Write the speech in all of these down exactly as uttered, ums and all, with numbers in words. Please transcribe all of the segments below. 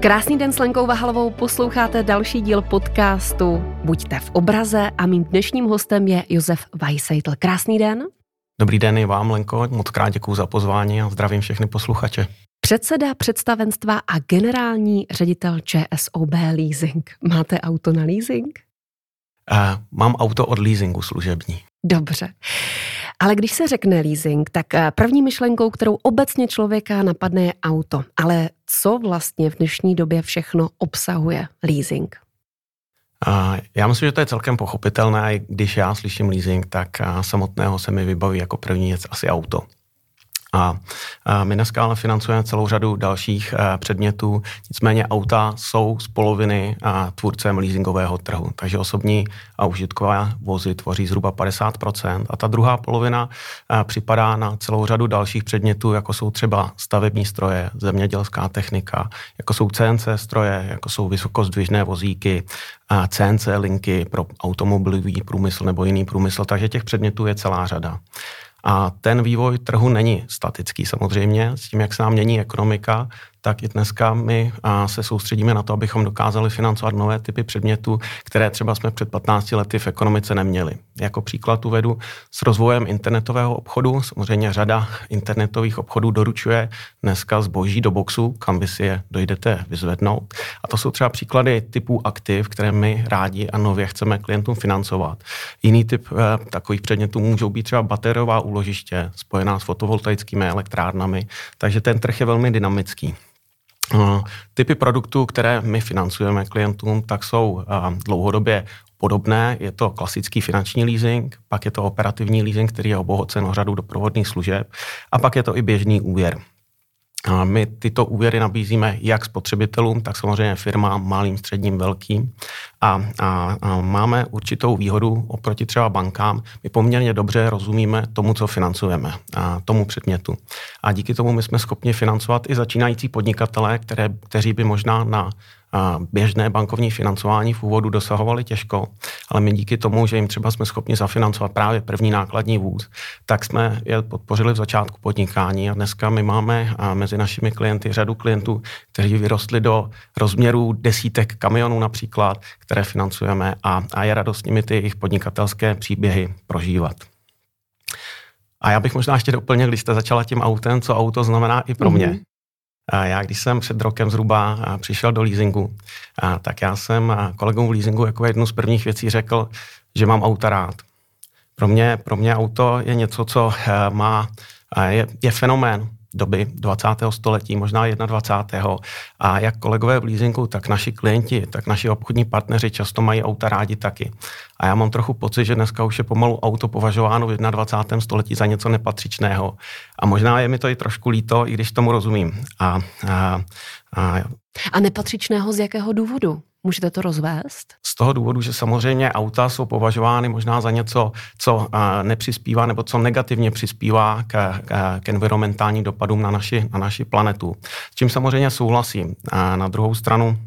Krásný den s Lenkou Vahalovou, posloucháte další díl podcastu Buďte v obraze a mým dnešním hostem je Josef Weisseitl. Krásný den. Dobrý den i vám, Lenko, moc krát děkuju za pozvání a zdravím všechny posluchače. Předseda představenstva a generální ředitel ČSOB Leasing. Máte auto na leasing? Uh, mám auto od leasingu služební. Dobře. Ale když se řekne leasing, tak první myšlenkou, kterou obecně člověka napadne, je auto. Ale co vlastně v dnešní době všechno obsahuje leasing? Uh, já myslím, že to je celkem pochopitelné. I když já slyším leasing, tak uh, samotného se mi vybaví jako první věc asi auto. A, a my dneska ale financujeme celou řadu dalších a, předmětů, nicméně auta jsou z poloviny a, tvůrcem leasingového trhu, takže osobní a užitkové vozy tvoří zhruba padesát procent a ta druhá polovina a, připadá na celou řadu dalších předmětů, jako jsou třeba stavební stroje, zemědělská technika, jako jsou C N C stroje, jako jsou vysokozdvižné vozíky, a C N C linky pro automobilový průmysl nebo jiný průmysl, takže těch předmětů je celá řada. A ten vývoj trhu není statický samozřejmě, s tím, jak se nám mění ekonomika, tak i dneska my se soustředíme na to, abychom dokázali financovat nové typy předmětů, které třeba jsme před patnácti lety v ekonomice neměli. Jako příklad uvedu s rozvojem internetového obchodu. Samozřejmě řada internetových obchodů doručuje dneska zboží do boxu, kam vy si je dojdete vyzvednout. A to jsou třeba příklady typů aktiv, které my rádi a nově chceme klientům financovat. Jiný typ eh, takových předmětů můžou být třeba bateriová úložiště spojená s fotovoltaickými elektrárnami, takže ten trh je velmi dynamický. Typy produktů, které my financujeme klientům, tak jsou dlouhodobě podobné. Je to klasický finanční leasing, pak je to operativní leasing, který je obohocen o řadu doprovodných služeb a pak je to i běžný úvěr. A my tyto úvěry nabízíme jak spotřebitelům, tak samozřejmě firmám, malým, středním, velkým. A, a, a máme určitou výhodu oproti třeba bankám. My poměrně dobře rozumíme tomu, co financujeme, a tomu předmětu. A díky tomu my jsme schopni financovat i začínající podnikatele, které, kteří by možná na a běžné bankovní financování v úvodu dosahovali těžko, ale my díky tomu, že jim třeba jsme schopni zafinancovat právě první nákladní vůz, tak jsme je podpořili v začátku podnikání a dneska my máme mezi našimi klienty řadu klientů, kteří vyrostli do rozměrů desítek kamionů například, které financujeme a, a je radost s nimi ty jejich podnikatelské příběhy prožívat. A já bych možná ještě doplnil, když jste začala tím autem, co auto znamená i pro mě. Mm-hmm. Já, když jsem před rokem zhruba přišel do leasingu, tak já jsem kolegům v leasingu jako jednu z prvních věcí řekl, že mám auta rád. Pro mě, pro mě auto je něco, co má, je, je fenomén doby dvacátého století, možná dvacátého prvního A jak kolegové v leasingu, tak naši klienti, tak naši obchodní partneři často mají auta rádi taky. A já mám trochu pocit, že dneska už je pomalu auto považováno v dvacátém prvním století za něco nepatřičného. A možná je mi to i trošku líto, i když tomu rozumím. A, a, a... a nepatřičného z jakého důvodu? Můžete to rozvést? Z toho důvodu, že samozřejmě auta jsou považovány možná za něco, co nepřispívá nebo co negativně přispívá k, k, k environmentálním dopadům na naši, na naši planetu. S čím samozřejmě souhlasím. A na druhou stranu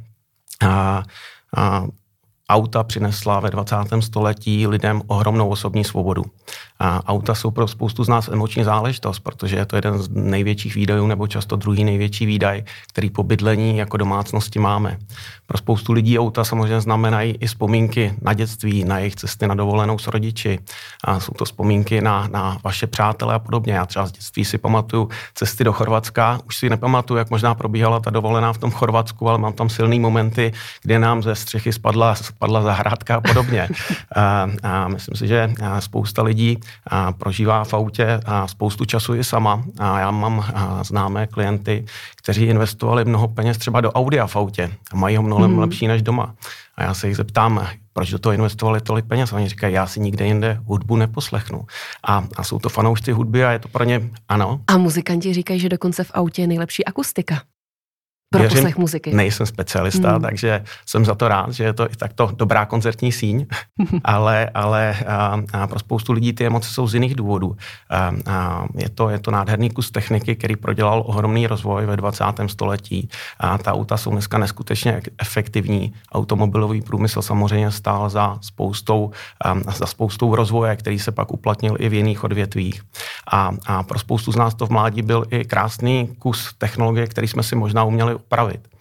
a, a, auta přinesla ve dvacátém století lidem ohromnou osobní svobodu. A auta jsou pro spoustu z nás emoční záležitost, protože je to jeden z největších výdajů nebo často druhý největší výdaj, který po bydlení jako domácnosti máme. Pro spoustu lidí auta samozřejmě znamenají i vzpomínky na dětství, na jejich cesty na dovolenou s rodiči. A jsou to vzpomínky na, na vaše přátele a podobně. Já třeba z dětství si pamatuju cesty do Chorvatska. Už si nepamatuju, jak možná probíhala ta dovolená v tom Chorvatsku, ale mám tam silný momenty, kdy nám ze střechy spadla, spadla zahrádka a podobně. A, a myslím si, že spousta lidí a prožívá v autě a spoustu času i sama. A já mám a známé klienty, kteří investovali mnoho peněz třeba do audia v autě a mají ho mnohem hmm. lepší než doma. A já se jich zeptám, proč do toho investovali tolik peněz. A oni říkají, já si nikde jinde hudbu neposlechnu. A, a jsou to fanoušci hudby a je to pro ně ano. A muzikanti říkají, že dokonce v autě je nejlepší akustika. Pro Věřím, poslech muziky. Nejsem specialista, hmm. takže jsem za to rád, že je to i takto dobrá koncertní síň, ale, ale a, a pro spoustu lidí ty emoce jsou z jiných důvodů. A, a je, to, je to nádherný kus techniky, který prodělal ohromný rozvoj ve dvacátém století. A ta auta jsou dneska neskutečně efektivní. Automobilový průmysl samozřejmě stál za spoustou, a, za spoustou rozvoje, který se pak uplatnil i v jiných odvětvích. A, a pro spoustu z nás to v mládí byl i krásný kus technologie, který jsme si možná uměli upravit.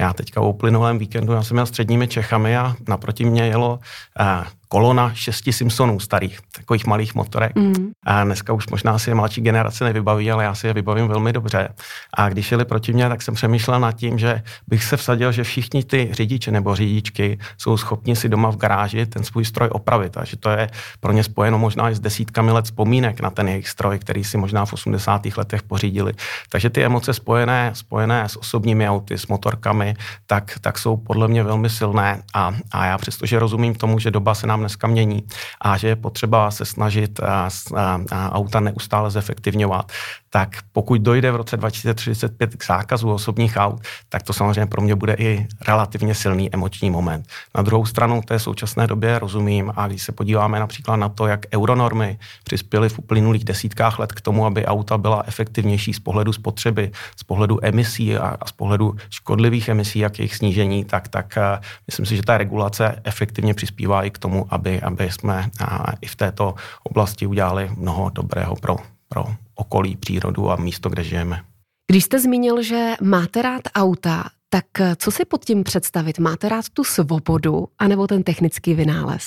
Já teďka o uplynulém víkendu, já jsem měl středními Čechami a naproti mě jelo uh, kolona šesti Simpsonů starých, takových malých motorek. Mm. A dneska už možná si je mladší generace nevybaví, ale já si je vybavím velmi dobře. A když jeli proti mě, tak jsem přemýšlel nad tím, že bych se vsadil, že všichni ty řidiče nebo řidičky jsou schopni si doma v garáži ten svůj stroj opravit. A že to je pro ně spojeno možná i s desítkami let vzpomínek na ten jejich stroj, který si možná v osmdesátých letech pořídili. Takže ty emoce spojené, spojené s osobními auty, s motorkami, tak, tak jsou podle mě velmi silné. A, a já přestože rozumím tomu, že doba se nám dneska mění a že je potřeba se snažit a, a, a auta neustále zefektivňovat, tak pokud dojde v roce dva tisíce třicet pět k zákazu osobních aut, tak to samozřejmě pro mě bude i relativně silný emoční moment. Na druhou stranu té současné době rozumím a když se podíváme například na to, jak euronormy přispěly v uplynulých desítkách let k tomu, aby auta byla efektivnější z pohledu spotřeby, z pohledu emisí a, a z pohledu škodlivých emisí, jak jejich snížení, tak, tak uh, myslím si, že ta regulace efektivně přispívá i k tomu, aby, aby jsme uh, i v této oblasti udělali mnoho dobrého pro, pro okolí, přírodu a místo, kde žijeme. Když jste zmínil, že máte rád auta, tak co si pod tím představit? Máte rád tu svobodu anebo ten technický vynález?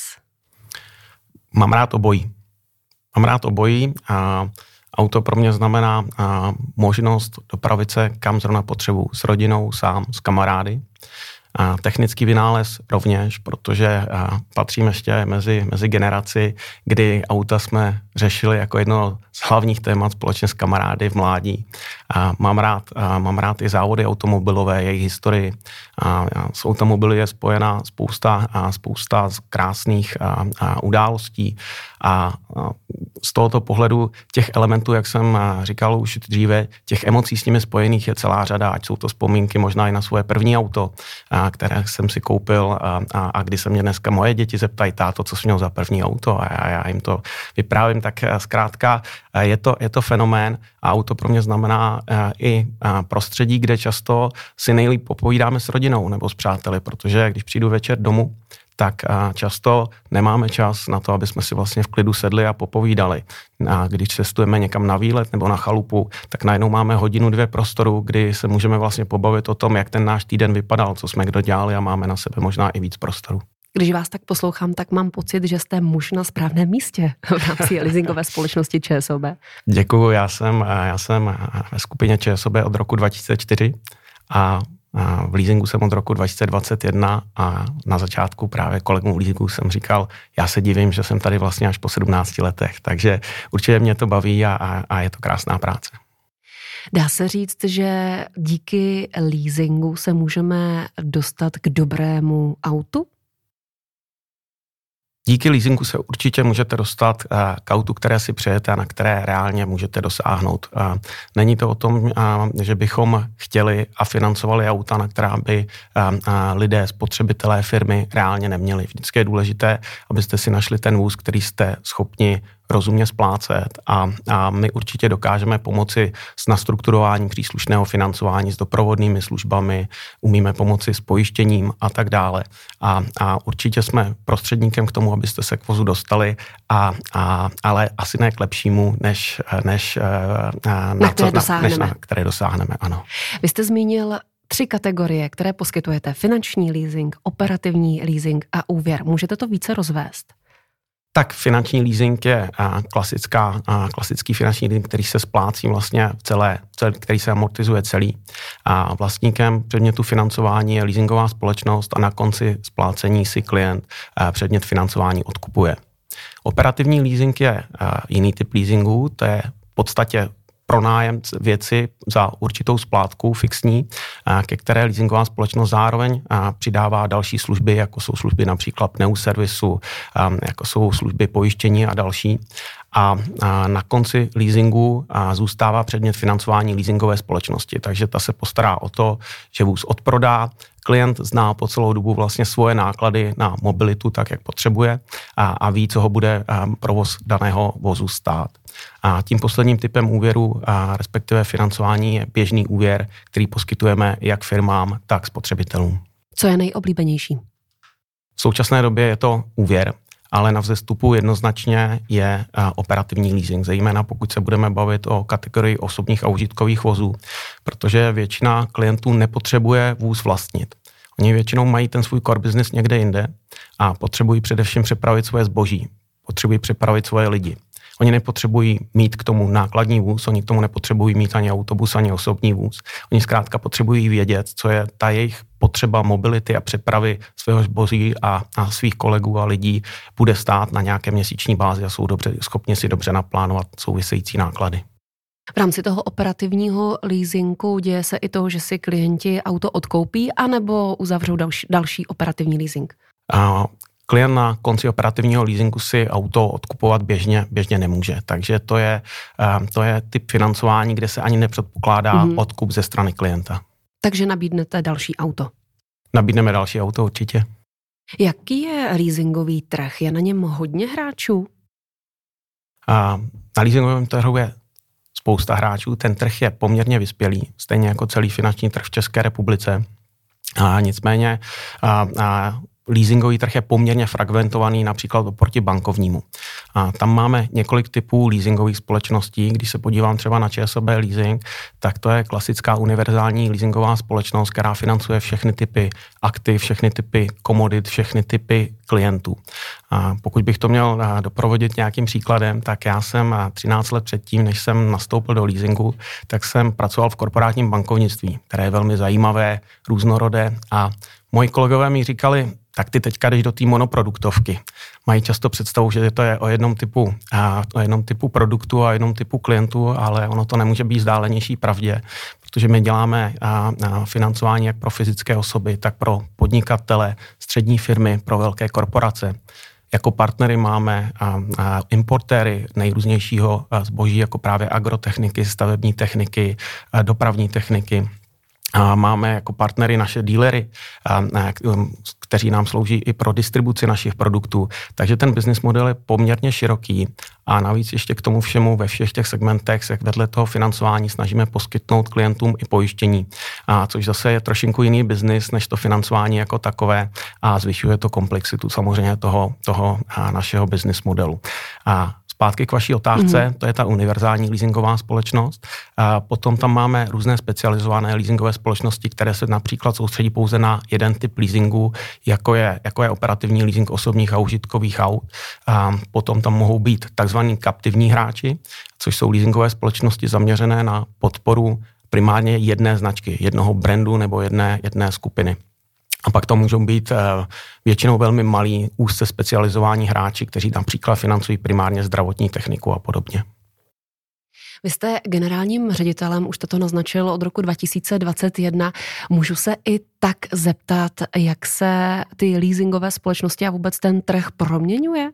Mám rád obojí. Mám rád obojí a auto pro mě znamená a, možnost dopravit se kam zrovna potřebuji, s rodinou, sám, s kamarády. A technický vynález rovněž, protože a, patřím ještě mezi, mezi generaci, kdy auta jsme řešili jako jedno z hlavních témat společně s kamarády v mládí. A mám rád, a mám rád i závody automobilové, jejich historii. A, a s automobily je spojena spousta, a spousta krásných a, a událostí. A, a z tohoto pohledu těch elementů, jak jsem říkal už dříve, těch emocí s nimi spojených je celá řada, ať jsou to vzpomínky možná i na svoje první auto, a, které jsem si koupil a, a, a kdy se mě dneska moje děti zeptají, táto, co jsi měl za první auto a já, já jim to vyprávím, tak zkrátka je to, je to fenomén a auto pro mě znamená i prostředí, kde často si nejlíp popovídáme s rodinou nebo s přáteli, protože když přijdu večer domů, tak často nemáme čas na to, aby jsme si vlastně v klidu sedli a popovídali. A když cestujeme někam na výlet nebo na chalupu, tak najednou máme hodinu, dvě prostoru, kdy se můžeme vlastně pobavit o tom, jak ten náš týden vypadal, co jsme kdo dělali a máme na sebe možná i víc prostoru. Když vás tak poslouchám, tak mám pocit, že jste muž na správném místě v rámci leasingové společnosti ČSOB. Děkuju, já jsem, já jsem ve skupině ČSOB od roku dva tisíce čtyři a v leasingu jsem od roku dva tisíce dvacet jedna a na začátku právě kolegům v leasingu jsem říkal, já se divím, že jsem tady vlastně až po sedmnácti letech, takže určitě mě to baví a, a, a je to krásná práce. Dá se říct, že díky leasingu se můžeme dostat k dobrému autu? Díky leasingu se určitě můžete dostat k autu, které si přejete a na které reálně můžete dosáhnout. Není to o tom, že bychom chtěli a financovali auta, na která by lidé, spotřebitelé, firmy reálně neměli. Vždycky je důležité, abyste si našli ten vůz, který jste schopni rozumně splácet a, a my určitě dokážeme pomoci s nastrukturováním příslušného financování, s doprovodnými službami, umíme pomoci s pojištěním a tak dále. A, a určitě jsme prostředníkem k tomu, abyste se k vozu dostali, a, a, ale asi ne k lepšímu, než, než, na, na, které co, na, než na které dosáhneme. Ano. Vy jste zmínil tři kategorie, které poskytujete. Finanční leasing, operativní leasing a úvěr. Můžete to více rozvést? Tak finanční leasing je klasická, klasický finanční leasing, který se splácí vlastně v celé, který se amortizuje celý. A vlastníkem předmětu financování je leasingová společnost a na konci splácení si klient předmět financování odkupuje. Operativní leasing je jiný typ leasingu, to je v podstatě pronájem věci za určitou splátku fixní, ke které leasingová společnost zároveň přidává další služby, jako jsou služby například pneuservisu, jako jsou služby pojištění a další. A na konci leasingu zůstává předmět financování leasingové společnosti, takže ta se postará o to, že vůz odprodá, klient zná po celou dobu vlastně svoje náklady na mobilitu tak, jak potřebuje a, a ví, co ho bude provoz daného vozu stát. A tím posledním typem úvěru, a respektive financování, je běžný úvěr, který poskytujeme jak firmám, tak spotřebitelům. Co je nejoblíbenější? V současné době je to úvěr, ale na vzestupu jednoznačně je operativní leasing, zejména pokud se budeme bavit o kategorii osobních a užitkových vozů, protože většina klientů nepotřebuje vůz vlastnit. Oni většinou mají ten svůj core business někde jinde a potřebují především přepravit svoje zboží, potřebují přepravit svoje lidi. Oni nepotřebují mít k tomu nákladní vůz, oni k tomu nepotřebují mít ani autobus, ani osobní vůz. Oni zkrátka potřebují vědět, co je ta jejich potřeba mobility a přepravy svého zboží a, a svých kolegů a lidí bude stát na nějaké měsíční bázi a jsou dobře, schopni si dobře naplánovat související náklady. V rámci toho operativního leasingu děje se i to, že si klienti auto odkoupí anebo uzavřou další, další operativní leasing? A klient na konci operativního leasingu si auto odkupovat běžně, běžně nemůže. Takže to je, to je typ financování, kde se ani nepředpokládá mm-hmm. odkup ze strany klienta. Takže nabídnete další auto? Nabídneme další auto určitě. Jaký je leasingový trh? Je na něm hodně hráčů? A na leasingovém trhu je spousta hráčů. Ten trh je poměrně vyspělý, stejně jako celý finanční trh v České republice. A nicméně a, a leasingový trh je poměrně fragmentovaný například oproti bankovnímu. A tam máme několik typů leasingových společností. Když se podívám třeba na ČSOB Leasing, tak to je klasická univerzální leasingová společnost, která financuje všechny typy aktiv, všechny typy komodit, všechny typy klientů. A pokud bych to měl doprovodit nějakým příkladem, tak já jsem třináct let předtím, než jsem nastoupil do leasingu, tak jsem pracoval v korporátním bankovnictví, které je velmi zajímavé, různorodé a moji kolegové mi říkali, tak ty teďka jdeš do té monoproduktovky. Mají často představu, že to je o jednom typu, a, o jednom typu produktu a jednom typu klientů, ale ono to nemůže být vzdálenější pravdě, protože my děláme a, a financování jak pro fyzické osoby, tak pro podnikatele, střední firmy, pro velké korporace. Jako partnery máme a, a importéry nejrůznějšího zboží, jako právě agrotechniky, stavební techniky, a dopravní techniky. A máme jako partnery naše dílery, kteří nám slouží i pro distribuci našich produktů. Takže ten business model je poměrně široký a navíc ještě k tomu všemu ve všech těch segmentech se vedle toho financování snažíme poskytnout klientům i pojištění, a což zase je trošinku jiný business než to financování jako takové a zvyšuje to komplexitu samozřejmě toho, toho našeho business modelu. A zpátky k vaší otázce, mm. to je ta univerzální leasingová společnost. A potom tam máme různé specializované leasingové společnosti, které se například soustředí pouze na jeden typ leasingu, jako je, jako je operativní leasing osobních a užitkových aut. A potom tam mohou být takzvaní kaptivní hráči, což jsou leasingové společnosti zaměřené na podporu primárně jedné značky, jednoho brandu nebo jedné, jedné skupiny. A pak to můžou být většinou velmi malí, úzce specializovaní hráči, kteří například financují primárně zdravotní techniku a podobně. Vy jste generálním ředitelem, už jste to naznačil, od roku dva tisíce dvacet jedna. Můžu se i tak zeptat, jak se ty leasingové společnosti a vůbec ten trh proměňuje?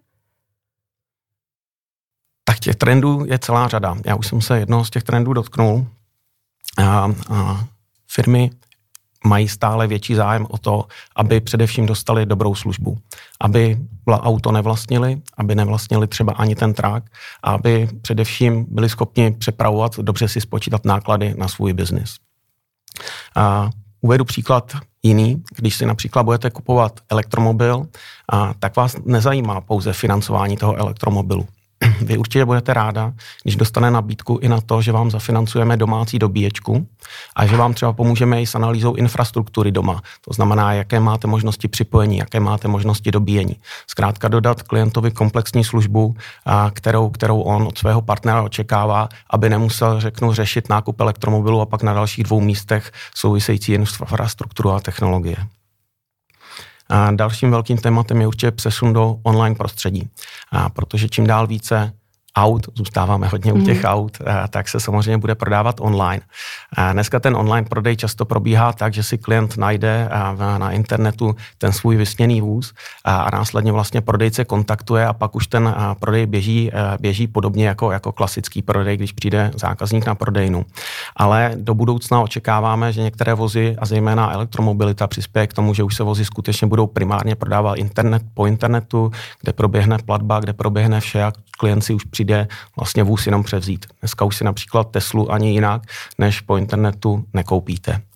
Tak těch trendů je celá řada. Já už jsem se jednoho z těch trendů dotknul. A, a firmy mají stále větší zájem o to, aby především dostali dobrou službu. Aby auto nevlastnili, aby nevlastnili třeba ani ten trák, a aby především byli schopni přepravovat, dobře si spočítat náklady na svůj biznis. A uvedu příklad jiný. Když si například budete kupovat elektromobil, a tak vás nezajímá pouze financování toho elektromobilu. Vy určitě budete ráda, když dostane nabídku i na to, že vám zafinancujeme domácí dobíječku a že vám třeba pomůžeme i s analýzou infrastruktury doma. To znamená, jaké máte možnosti připojení, jaké máte možnosti dobíjení. Zkrátka dodat klientovi komplexní službu, kterou, kterou on od svého partnera očekává, aby nemusel, řeknu, řešit nákup elektromobilu a pak na dalších dvou místech související infrastrukturu a technologie. A dalším velkým tématem je určitě přesun do online prostředí, a protože čím dál více aut, zůstáváme hodně u těch mm. aut, a tak se samozřejmě bude prodávat online. A dneska ten online prodej často probíhá tak, že si klient najde na internetu ten svůj vysněný vůz a následně vlastně prodejce kontaktuje a pak už ten prodej běží, běží podobně jako, jako klasický prodej, když přijde zákazník na prodejnu. Ale do budoucna očekáváme, že některé vozy a zejména elektromobilita přispěje k tomu, že už se vozy skutečně budou primárně prodávat internet, po internetu, kde proběhne platba, kde proběhne vše a klient si už přijde vlastně vůz jenom převzít. Dneska už si například Teslu ani jinak, než po internetu nekoupíte.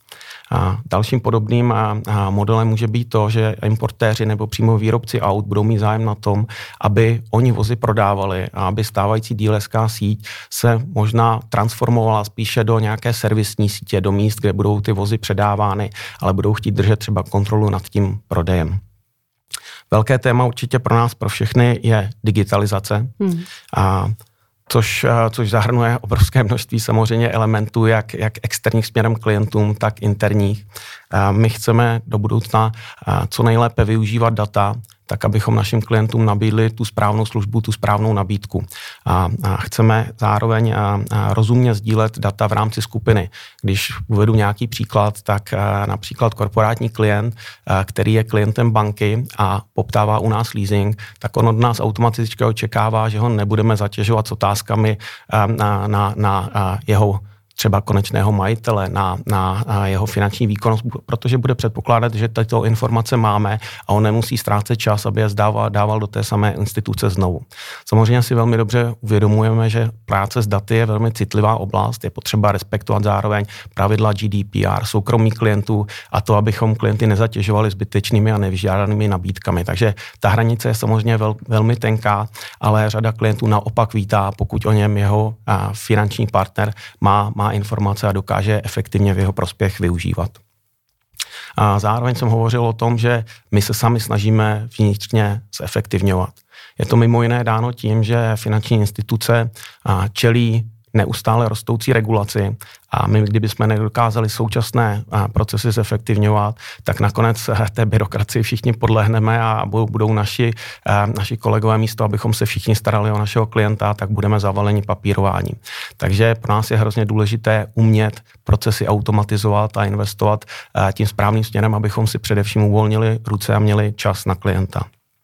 A dalším podobným a, a modelem může být to, že importéři nebo přímo výrobci aut budou mít zájem na tom, aby oni vozy prodávali a aby stávající dílerská síť se možná transformovala spíše do nějaké servisní sítě, do míst, kde budou ty vozy předávány, ale budou chtít držet třeba kontrolu nad tím prodejem. Velké téma určitě pro nás, pro všechny, je digitalizace. Hmm. A Což, což zahrnuje obrovské množství samozřejmě elementů, jak, jak externích směrem klientům, tak interních. My chceme do budoucna co nejlépe využívat data, tak abychom našim klientům nabídli tu správnou službu, tu správnou nabídku. A, a chceme zároveň a, a rozumně sdílet data v rámci skupiny. Když uvedu nějaký příklad, tak a, například korporátní klient, a, který je klientem banky a poptává u nás leasing, tak on od nás automaticky očekává, že ho nebudeme zatěžovat s otázkami a, na, na, na a, jeho třeba konečného majitele, na, na jeho finanční výkonnost, protože bude předpokládat, že tyto informace máme a on nemusí ztrácet čas, aby je zdával, dával do té samé instituce znovu. Samozřejmě si velmi dobře uvědomujeme, že práce s daty je velmi citlivá oblast, je potřeba respektovat zároveň pravidla G D P R, soukromí klientů a to, abychom klienty nezatěžovali zbytečnými a nevyžádanými nabídkami. Takže ta hranice je samozřejmě vel, velmi tenká, ale řada klientů naopak vítá, pokud o něm jeho a, finanční partner má, má informace a dokáže efektivně v jeho prospěch využívat. A zároveň jsem hovořil o tom, že my se sami snažíme vnitřně zefektivňovat. Je to mimo jiné dáno tím, že finanční instituce čelí neustále rostoucí regulaci a my, kdybychom nedokázali současné procesy zefektivňovat, tak nakonec té byrokracii všichni podlehneme a budou naši, naši kolegové místo, abychom se všichni starali o našeho klienta, tak budeme zavaleni papírováním. Takže pro nás je hrozně důležité umět procesy automatizovat a investovat tím správným směrem, abychom si především uvolnili ruce a měli čas na klienta.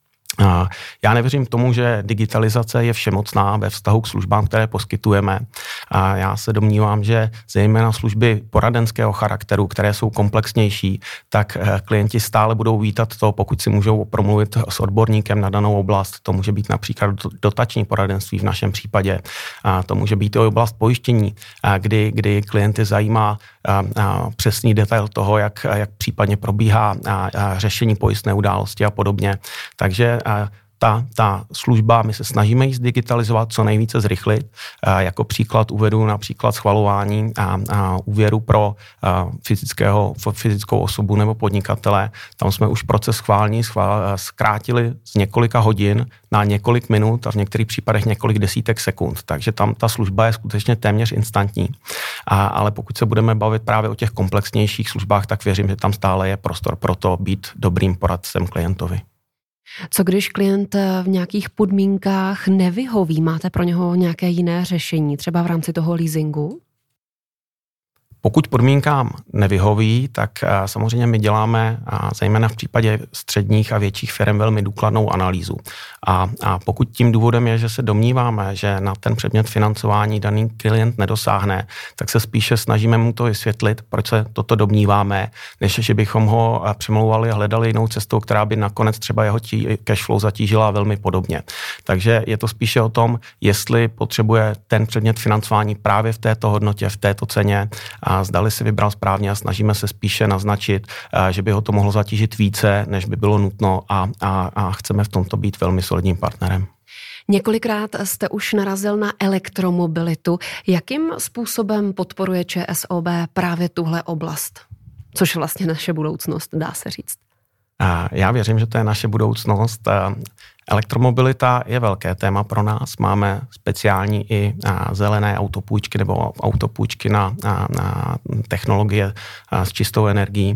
Já nevěřím tomu, že digitalizace je všemocná ve vztahu k službám, které poskytujeme. Já se domnívám, že zejména služby poradenského charakteru, které jsou komplexnější, tak klienti stále budou vítat to, pokud si můžou promluvit s odborníkem na danou oblast. To může být například dotační poradenství v našem případě. To může být i oblast pojištění, kdy, kdy klienty zajímá přesný detail toho, jak, jak případně probíhá řešení pojistné události a podobně. Takže ta, ta služba, my se snažíme ji zdigitalizovat, co nejvíce zrychlit. Jako příklad uvedu například schvalování a, a úvěru pro fyzického, fyzickou osobu nebo podnikatele. Tam jsme už proces schválení schvál, zkrátili z několika hodin na několik minut a v některých případech několik desítek sekund. Takže tam ta služba je skutečně téměř instantní. A, ale pokud se budeme bavit právě o těch komplexnějších službách, tak věřím, že tam stále je prostor pro to být dobrým poradcem klientovi. Co když klient v nějakých podmínkách nevyhoví? Máte pro něho nějaké jiné řešení, třeba v rámci toho leasingu? Pokud podmínkám nevyhoví, tak samozřejmě my děláme, zejména v případě středních a větších firm, velmi důkladnou analýzu. A, a pokud tím důvodem je, že se domníváme, že na ten předmět financování daný klient nedosáhne, tak se spíše snažíme mu to vysvětlit, proč se toto domníváme, než že bychom ho přemlouvali a hledali jinou cestou, která by nakonec třeba jeho tí, cash flow zatížila velmi podobně. Takže je to spíše o tom, jestli potřebuje ten předmět financování právě v této hodnotě, v této ceně, a zdali si vybral správně a snažíme se spíše naznačit, že by ho to mohlo zatížit více, než by bylo nutno a, a, a chceme v tomto být velmi solidním partnerem. Několikrát jste už narazil na elektromobilitu. Jakým způsobem podporuje ČSOB právě tuhle oblast? Což vlastně naše budoucnost, dá se říct. Já věřím, že to je naše budoucnost. Elektromobilita je velké téma pro nás. Máme speciální i zelené autopůjčky nebo autopůjčky na, na, na technologie s čistou energií,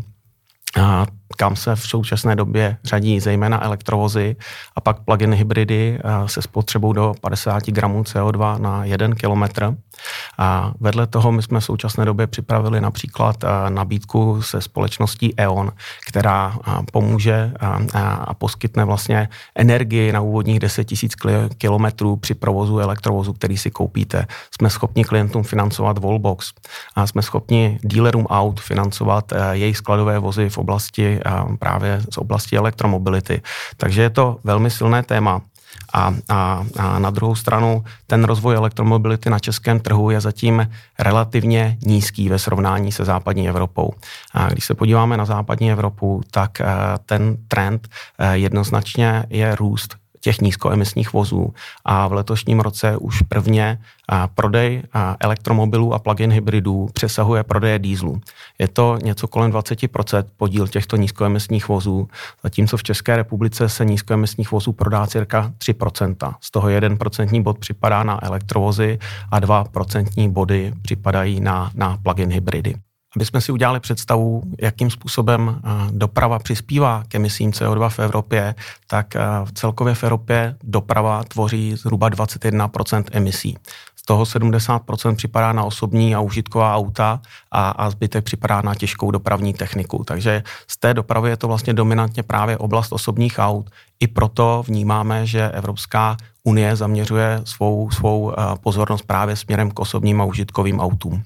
kam se v současné době řadí zejména elektrovozy a pak plug-in hybridy se spotřebou do padesát gramů C O dva na jeden kilometr. A vedle toho my jsme v současné době připravili například nabídku se společností E O N, která pomůže a poskytne vlastně energii na úvodních deset tisíc kilometrů při provozu elektrovozu, který si koupíte. Jsme schopni klientům financovat Wallbox a jsme schopni dealerům aut financovat jejich skladové vozy v oblasti právě z oblasti elektromobility. Takže je to velmi silné téma. A, a, a na druhou stranu ten rozvoj elektromobility na českém trhu je zatím relativně nízký ve srovnání se západní Evropou. A když se podíváme na západní Evropu, tak ten trend jednoznačně je růst těch nízkoemisních vozů a v letošním roce už prvně prodej elektromobilů a plug-in hybridů přesahuje prodeje dieselů. Je to něco kolem dvacet procent podíl těchto nízkoemisních vozů, zatímco v České republice se nízkoemisních vozů prodá cirka tři procenta. Z toho jeden procentní bod připadá na elektrovozy a dva procentní body připadají na, na plug-in hybridy. Aby jsme si udělali představu, jakým způsobem doprava přispívá k emisím C O dva v Evropě, tak celkově v Evropě doprava tvoří zhruba dvacet jedna procent emisí. Z toho sedmdesát procent připadá na osobní a užitková auta a, a zbytek připadá na těžkou dopravní techniku. Takže z té dopravy je to vlastně dominantně právě oblast osobních aut. I proto vnímáme, že Evropská unie zaměřuje svou, svou pozornost právě směrem k osobním a užitkovým autům.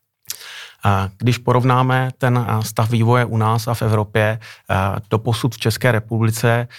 Když porovnáme ten stav vývoje u nás a v Evropě, doposud v České republice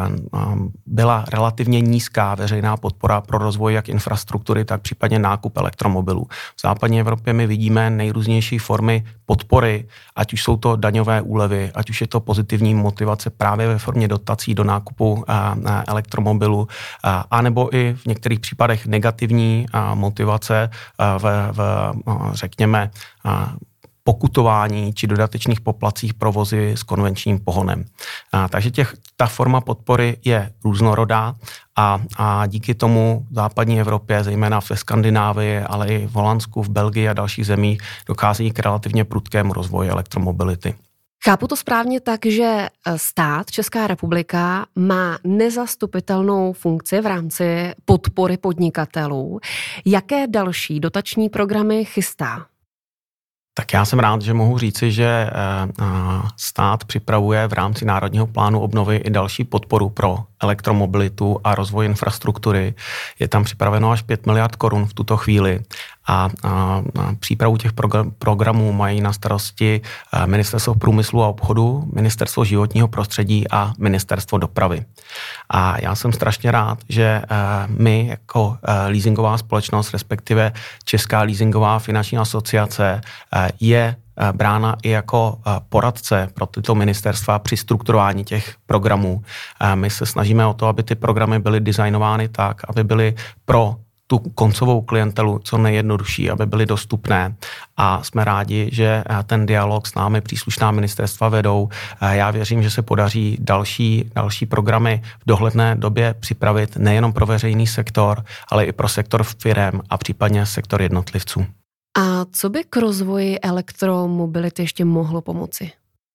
byla relativně nízká veřejná podpora pro rozvoj jak infrastruktury, tak případně nákup elektromobilů. V západní Evropě my vidíme nejrůznější formy podpory, ať už jsou to daňové úlevy, ať už je to pozitivní motivace právě ve formě dotací do nákupu elektromobilů, anebo i v některých případech negativní motivace v, v řekněme, pokutování či dodatečných poplacích pro vozy s konvenčním pohonem. A, takže těch, ta forma podpory je různorodá a, a díky tomu v západní Evropě, zejména ve Skandinávii, ale i v Holandsku, v Belgii a dalších zemích dochází k relativně prudkému rozvoji elektromobility. Chápu to správně tak, že stát, Česká republika, má nezastupitelnou funkci v rámci podpory podnikatelů. Jaké další dotační programy chystá? Tak já jsem rád, že mohu říci, že stát připravuje v rámci Národního plánu obnovy i další podporu pro elektromobilitu a rozvoj infrastruktury. Je tam připraveno až pět miliard korun v tuto chvíli a, a, a přípravu těch programů mají na starosti Ministerstvo průmyslu a obchodu, Ministerstvo životního prostředí a Ministerstvo dopravy. A já jsem strašně rád, že my jako leasingová společnost, respektive Česká leasingová finanční asociace je brána i jako poradce pro tyto ministerstva při strukturování těch programů. My se snažíme o to, aby ty programy byly designovány tak, aby byly pro tu koncovou klientelu co nejjednodušší, aby byly dostupné a jsme rádi, že ten dialog s námi příslušná ministerstva vedou. Já věřím, že se podaří další, další programy v dohledné době připravit nejenom pro veřejný sektor, ale i pro sektor firem a případně sektor jednotlivců. A co by k rozvoji elektromobility ještě mohlo pomoci?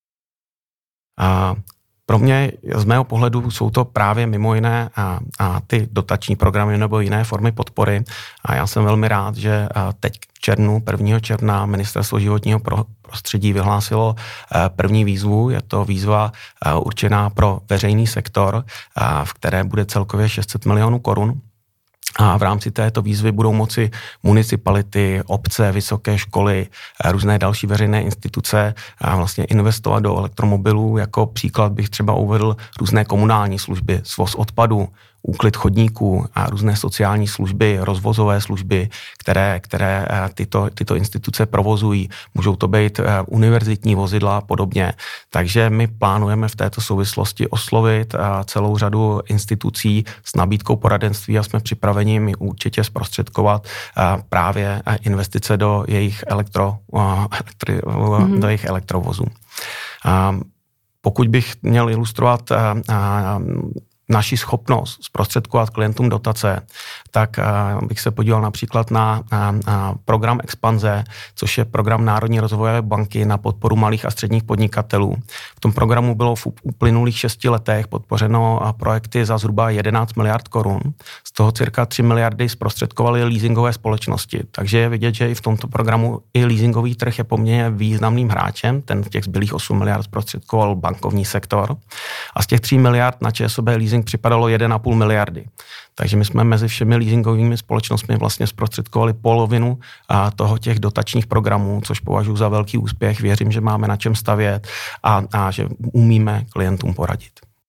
A pro mě, z mého pohledu, jsou to právě mimo jiné a, a ty dotační programy nebo jiné formy podpory. A já jsem velmi rád, že teď v červnu, prvního června, Ministerstvo životního prostředí vyhlásilo první výzvu. Je to výzva určená pro veřejný sektor, v které bude celkově šest set milionů korun. A v rámci této výzvy budou moci municipality, obce, vysoké školy, různé další veřejné instituce vlastně investovat do elektromobilů. Jako příklad bych třeba uvedl různé komunální služby, svoz odpadu, úklid chodníků a různé sociální služby, rozvozové služby, které, které tyto, tyto instituce provozují. Můžou to být univerzitní vozidla a podobně. Takže my plánujeme v této souvislosti oslovit celou řadu institucí s nabídkou poradenství a jsme připraveni mi určitě zprostředkovat právě investice do jejich, elektro, elektri, mm-hmm. do jejich elektrovozů. Pokud bych měl ilustrovat naši schopnost zprostředkovat klientům dotace, tak bych se podíval například na, na program Expanze, což je program Národní rozvojové banky na podporu malých a středních podnikatelů. V tom programu bylo v uplynulých šesti letech podpořeno projekty za zhruba jedenáct miliard korun. Z toho cirka tři miliardy zprostředkovaly leasingové společnosti. Takže je vidět, že i v tomto programu i leasingový trh je poměrně významným hráčem. Ten v těch zbylých osm miliard zprostředkoval bankovní sektor. A z těch tří miliard na ČSOB leasing připadalo jedna celá pět miliardy. Takže my jsme mezi všemi leasingovými společnostmi vlastně zprostředkovali polovinu toho těch dotačních programů, což považuji za velký úspěch. Věřím, že máme na čem stavět a, a že umíme klientům poradit.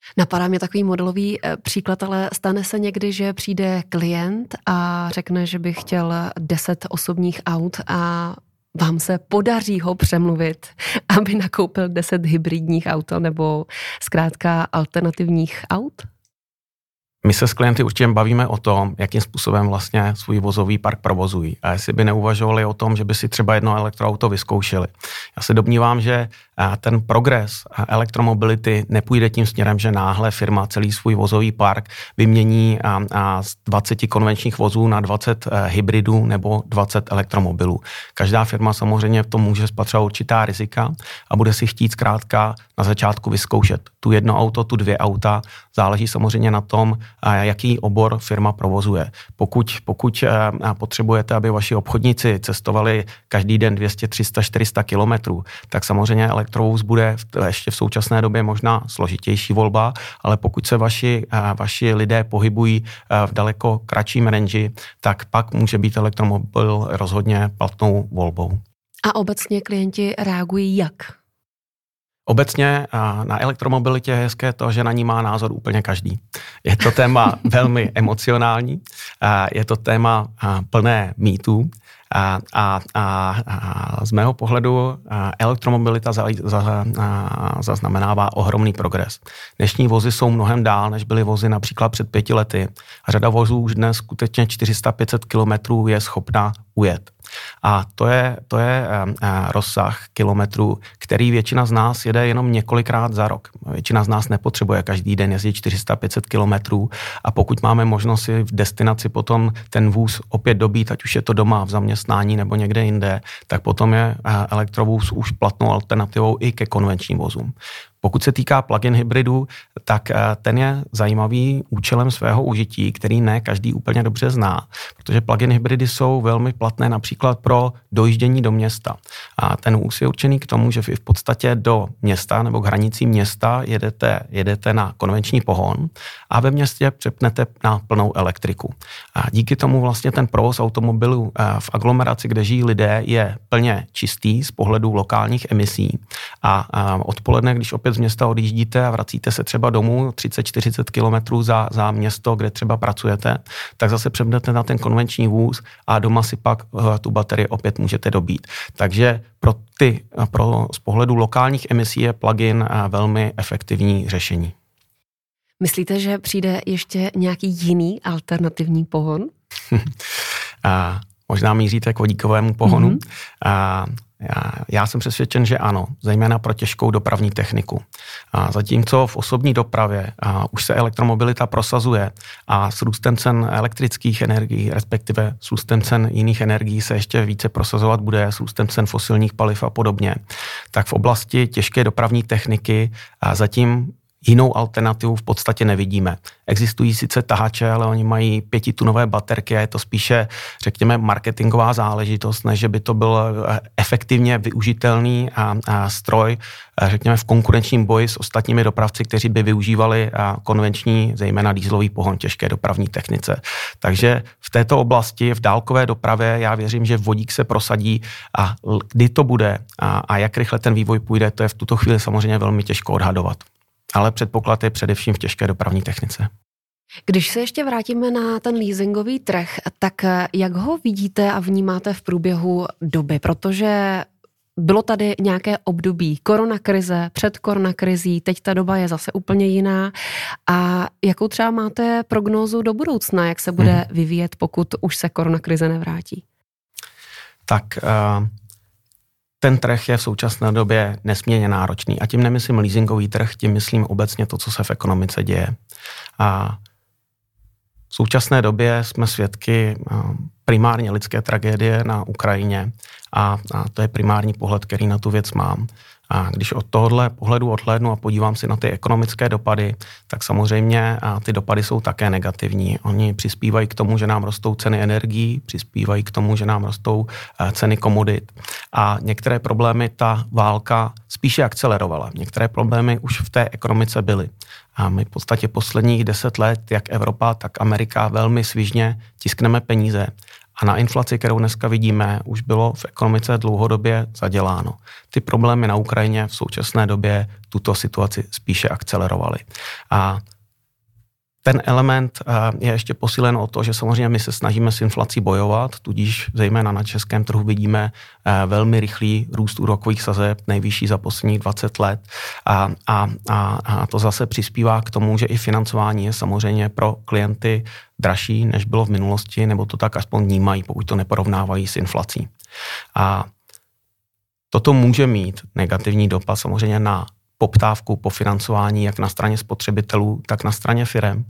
Napadá mě takový modelový příklad, ale stane se někdy, že přijde klient a řekne, že by chtěl deset osobních aut a vám se podaří ho přemluvit, aby nakoupil deset hybridních aut nebo zkrátka alternativních aut? My se s klienty určitě bavíme o tom, jakým způsobem vlastně svůj vozový park provozují. A jestli by neuvažovali o tom, že by si třeba jedno elektroauto vyzkoušeli. Já se domnívám, že ten progres elektromobility nepůjde tím směrem, že náhle firma celý svůj vozový park vymění z dvacet konvenčních vozů na dvacet hybridů nebo dvacet elektromobilů. Každá firma samozřejmě v tom může spatřovat určitá rizika a bude si chtít zkrátka na začátku vyzkoušet tu jedno auto, tu dvě auta. Záleží samozřejmě na tom, jaký obor firma provozuje. Pokud, pokud potřebujete, aby vaši obchodníci cestovali každý den dvě stě, tři sta, čtyři sta kilometrů, tak samozřejmě elektrovóz bude v, ještě v současné době možná složitější volba, ale pokud se vaši, vaši lidé pohybují v daleko kratším ranži, tak pak může být elektromobil rozhodně platnou volbou. A obecně klienti reagují jak? Obecně na elektromobilitě je hezké to, že na ní má názor úplně každý. Je to téma velmi emocionální, je to téma plné mýtů a, a, a, a z mého pohledu elektromobilita za, za, zaznamenává ohromný progres. Dnešní vozy jsou mnohem dál, než byly vozy například před pěti lety. Řada vozů už dnes skutečně čtyři sta, pět set kilometrů je schopna ujet. A to je, to je rozsah kilometrů, který většina z nás jede jenom několikrát za rok. Většina z nás nepotřebuje každý den jezdit čtyři sta, pět set kilometrů a pokud máme možnost si v destinaci potom ten vůz opět dobít, ať už je to doma v zaměstnání nebo někde jinde, tak potom je elektrovůz už platnou alternativou i ke konvenčním vozům. Pokud se týká plug-in hybridů, tak ten je zajímavý účelem svého užití, který ne každý úplně dobře zná, protože plug-in hybridy jsou velmi platné například pro dojíždění do města. A ten vůz je určený k tomu, že vy v podstatě do města nebo k hranici města jedete, jedete na konvenční pohon a ve městě přepnete na plnou elektriku. A díky tomu vlastně ten provoz automobilů v aglomeraci, kde žijí lidé, je plně čistý z pohledu lokálních emisí. A odpoledne, když opět z města odjíždíte a vracíte se třeba domů třicet čtyřicet kilometrů za, za město, kde třeba pracujete, tak zase přepnete na ten konvenční vůz a doma si pak tu baterii opět můžete dobít. Takže pro ty, pro, z pohledu lokálních emisí je plug-in velmi efektivní řešení. Myslíte, že přijde ještě nějaký jiný alternativní pohon? a, možná míříte k vodíkovému pohonu. Mm-hmm. A, Já, já jsem přesvědčen, že ano, zejména pro těžkou dopravní techniku. A zatímco v osobní dopravě a už se elektromobilita prosazuje a s růstem cen elektrických energií, respektive s růstem cen jiných energií se ještě více prosazovat bude, s růstem cen fosilních paliv a podobně, tak v oblasti těžké dopravní techniky a zatím jinou alternativu v podstatě nevidíme. Existují sice tahače, ale oni mají pětitunové baterky a je to spíše, řekněme, marketingová záležitost, než že by to byl efektivně využitelný a, a stroj, řekněme, v konkurenčním boji s ostatními dopravci, kteří by využívali konvenční, zejména dieselový pohon těžké dopravní technice. Takže v této oblasti, v dálkové dopravě, já věřím, že vodík se prosadí a kdy to bude a, a jak rychle ten vývoj půjde, to je v tuto chvíli samozřejmě velmi těžko odhadovat. Ale předpoklad je především v těžké dopravní technice. Když se ještě vrátíme na ten leasingový trh, tak jak ho vidíte a vnímáte v průběhu doby? Protože bylo tady nějaké období koronakrize, před koronakrizí, teď ta doba je zase úplně jiná. A jakou třeba máte prognózu do budoucna, jak se bude hmm. vyvíjet, pokud už se koronakrize nevrátí? Tak... Uh... Ten trh je v současné době nesmírně náročný. A tím nemyslím leasingový trh, tím myslím obecně to, co se v ekonomice děje. A v současné době jsme svědky primárně lidské tragédie na Ukrajině a, a to je primární pohled, který na tu věc mám. A když od tohohle pohledu odhlédnu a podívám si na ty ekonomické dopady, tak samozřejmě a ty dopady jsou také negativní. Oni přispívají k tomu, že nám rostou ceny energií, přispívají k tomu, že nám rostou ceny komodit. A některé problémy ta válka spíše akcelerovala. Některé problémy už v té ekonomice byly. A my v podstatě posledních deset let, jak Evropa, tak Amerika velmi svižně tiskneme peníze. a na inflaci, kterou dneska vidíme, už bylo v ekonomice dlouhodobě zaděláno. Ty problémy na Ukrajině v současné době tuto situaci spíše akcelerovaly. A ten element je ještě posílen o to, že samozřejmě my se snažíme s inflací bojovat, tudíž zejména na českém trhu vidíme velmi rychlý růst úrokových sazeb, nejvyšší za posledních dvacet let a, a, a to zase přispívá k tomu, že i financování je samozřejmě pro klienty dražší, než bylo v minulosti, nebo to tak aspoň vnímají, pokud to neporovnávají s inflací. A toto může mít negativní dopad samozřejmě na poptávku po financování jak na straně spotřebitelů, tak na straně firem.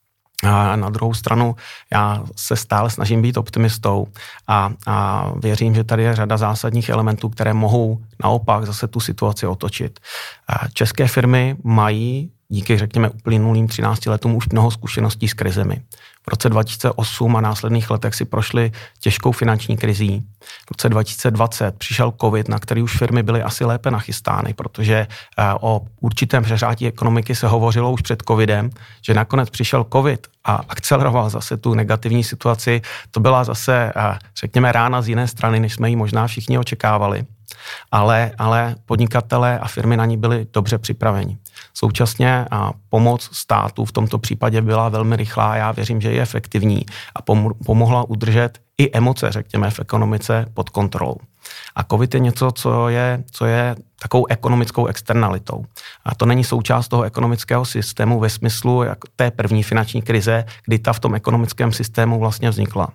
A na druhou stranu já se stále snažím být optimistou a, a věřím, že tady je řada zásadních elementů, které mohou naopak zase tu situaci otočit. A české firmy mají díky, řekněme, uplynulým třinácti letům už mnoho zkušeností s krizemi. V roce dva tisíce osm a následných letech si prošli těžkou finanční krizí. V roce dva tisíce dvacet přišel covid, na který už firmy byly asi lépe nachystány, protože o určitém přeřátí ekonomiky se hovořilo už před covidem, že nakonec přišel covid a akceleroval zase tu negativní situaci. To byla zase, řekněme, rána z jiné strany, než jsme ji možná všichni očekávali. Ale, ale podnikatelé a firmy na ní byli dobře připraveni. Současně a pomoc státu v tomto případě byla velmi rychlá, já věřím, že je efektivní a pomohla udržet i emoce, řekněme, v ekonomice pod kontrolou. A covid je něco, co je, co je takovou ekonomickou externalitou. A to není součást toho ekonomického systému ve smyslu jak té první finanční krize, kdy ta v tom ekonomickém systému vlastně vznikla.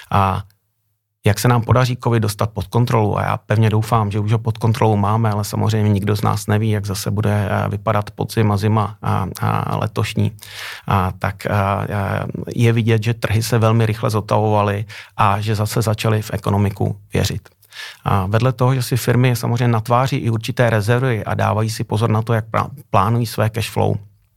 A jak se nám podaří covid dostat pod kontrolu, a já pevně doufám, že už ho pod kontrolou máme, ale samozřejmě nikdo z nás neví, jak zase bude vypadat podzim a zima a, a letošní, a, tak a, je vidět, že trhy se velmi rychle zotavovaly a že zase začaly v ekonomiku věřit. A vedle toho, že si firmy samozřejmě natváří i určité rezervy a dávají si pozor na to, jak plánují své cash flow,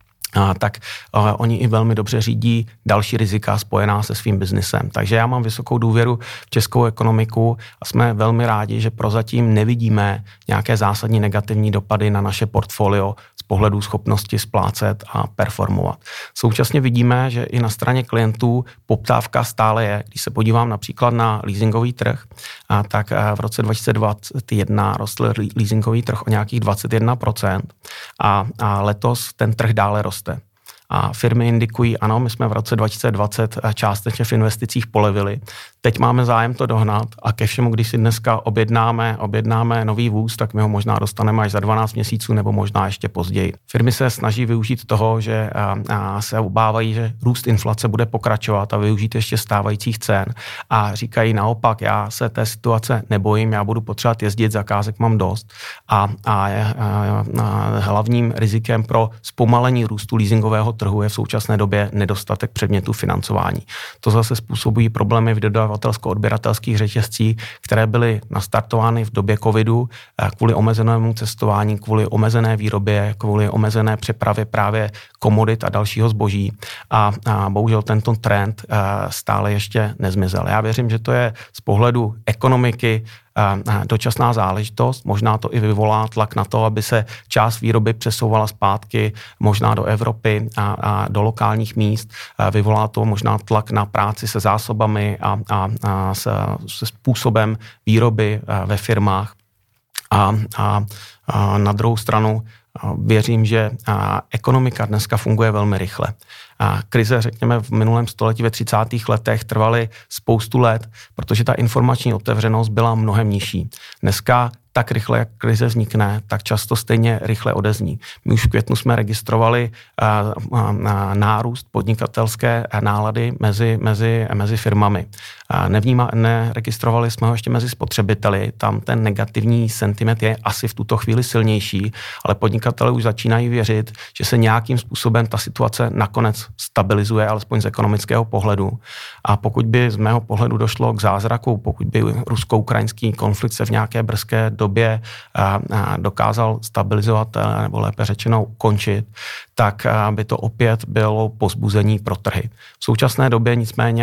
A, tak a, oni i velmi dobře řídí další rizika spojená se svým biznisem. Takže já mám vysokou důvěru v českou ekonomiku a jsme velmi rádi, že prozatím nevidíme nějaké zásadní negativní dopady na naše portfolio z pohledu schopnosti splácet a performovat. Současně vidíme, že i na straně klientů poptávka stále je. Když se podívám například na leasingový trh, a, tak a, v roce dva tisíce dvacet jedna rostl leasingový trh o nějakých dvacet jedna procent a, a letos ten trh dále roste. A firmy indikují, ano, my jsme v roce dva tisíce dvacet částečně v investicích polevili. Teď máme zájem to dohnat a ke všemu, když si dneska objednáme, objednáme nový vůz, tak my ho možná dostaneme až za dvanáct měsíců nebo možná ještě později. Firmy se snaží využít toho, že a, a se obávají, že růst inflace bude pokračovat a využít ještě stávajících cen a říkají naopak, já se té situace nebojím, já budu potřebovat jezdit, zakázek mám dost a, a, a, a hlavním rizikem pro zpomalení růstu leasingového trhu je v současné době nedostatek předmětů financování. To zase způsobují problémy v dodavatelsko-odběratelských řetězcích, které byly nastartovány v době covidu kvůli omezenému cestování, kvůli omezené výrobě, kvůli omezené přepravě právě komodit a dalšího zboží. A, a bohužel tento trend stále ještě nezmizel. Já věřím, že to je z pohledu ekonomiky dočasná záležitost, možná to i vyvolá tlak na to, aby se část výroby přesouvala zpátky možná do Evropy a, a do lokálních míst. Vyvolá to možná tlak na práci se zásobami a, a, a se, se způsobem výroby ve firmách. A, a, a na druhou stranu věřím, že ekonomika dneska funguje velmi rychle. A krize, řekněme, v minulém století ve třicátých letech trvaly spoustu let, protože ta informační otevřenost byla mnohem nižší. Dneska tak rychle, jak krize vznikne, tak často stejně rychle odezní. My už v květnu jsme registrovali uh, uh, nárůst podnikatelské nálady mezi, mezi, mezi firmami. Uh, nevníma, neregistrovali jsme ho ještě mezi spotřebiteli, tam ten negativní sentiment je asi v tuto chvíli silnější, ale podnikatelé už začínají věřit, že se nějakým způsobem ta situace nakonec stabilizuje, alespoň z ekonomického pohledu. A pokud by z mého pohledu došlo k zázraku, pokud by rusko-ukrajinský konflikt se v nějaké brzké době dokázal stabilizovat, nebo lépe řečeno ukončit, tak by to opět bylo povzbuzení pro trhy. V současné době nicméně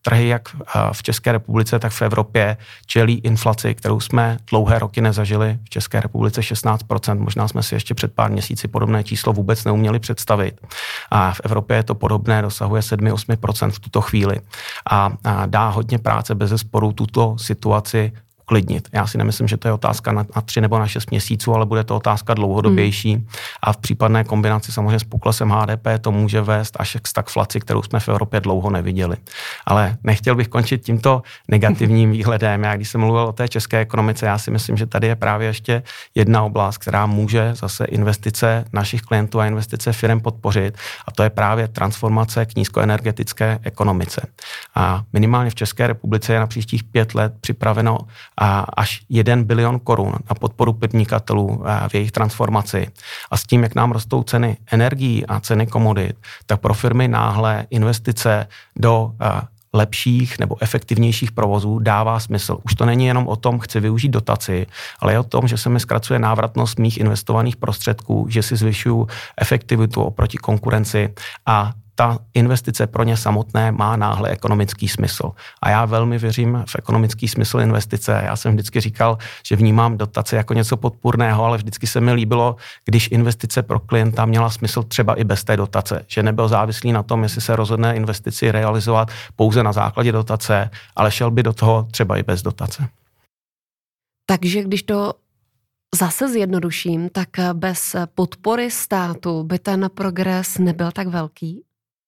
trhy jak v České republice, tak v Evropě čelí inflaci, kterou jsme dlouhé roky nezažili. V České republice šestnáct procent, možná jsme si ještě před pár měsíci podobné číslo vůbec neuměli představit. A v Evropě je to podobné, dosahuje sedm až osm procent v tuto chvíli. A, a dá hodně práce bezesporu tuto situaci uklidnit. Já si nemyslím, že to je otázka na, na tři nebo na šest měsíců, ale bude to otázka dlouhodobější hmm. a v případné kombinaci samozřejmě s poklesem H D P to může vést až k stagflaci, kterou jsme v Evropě dlouho neviděli. Ale nechtěl bych končit tímto negativním výhledem. Já když jsem mluvil o té české ekonomice, já si myslím, že tady je právě ještě jedna oblast, která může zase investice našich klientů a investice firem podpořit, a to je právě transformace k nízkoenergetické ekonomice. A minimálně v České republice je na příštích pět let připraveno a až jeden bilion korun na podporu podnikatelů v jejich transformaci. A s tím, jak nám rostou ceny energií a ceny komodit, tak pro firmy náhle investice do lepších nebo efektivnějších provozů dává smysl. Už to není jenom o tom, chci využít dotaci, ale je o tom, že se mi zkracuje návratnost mých investovaných prostředků, že si zvyšuju efektivitu oproti konkurenci a ta investice pro ně samotné má náhle ekonomický smysl. A já velmi věřím v ekonomický smysl investice. Já jsem vždycky říkal, že vnímám dotace jako něco podpůrného, ale vždycky se mi líbilo, když investice pro klienta měla smysl třeba i bez té dotace. Že nebyl závislý na tom, jestli se rozhodne investici realizovat pouze na základě dotace, ale šel by do toho třeba i bez dotace. Takže když to zase zjednoduším, tak bez podpory státu by ten progres nebyl tak velký?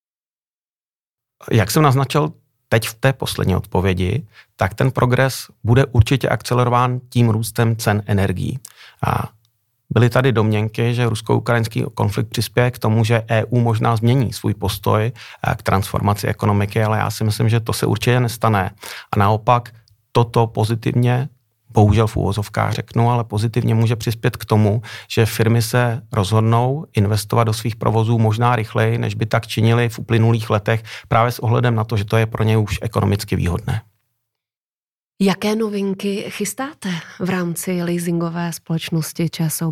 Jak jsem naznačil teď v té poslední odpovědi, tak ten progres bude určitě akcelerován tím růstem cen energií. A byly tady domněnky, že rusko-ukrajinský konflikt přispěje k tomu, že E U možná změní svůj postoj k transformaci ekonomiky, ale já si myslím, že to se určitě nestane. A naopak toto pozitivně, bohužel v úvozovkách řeknu, ale pozitivně může přispět k tomu, že firmy se rozhodnou investovat do svých provozů možná rychleji, než by tak činili v uplynulých letech, právě s ohledem na to, že to je pro ně už ekonomicky výhodné. Jaké novinky chystáte v rámci leasingové společnosti ČSOB?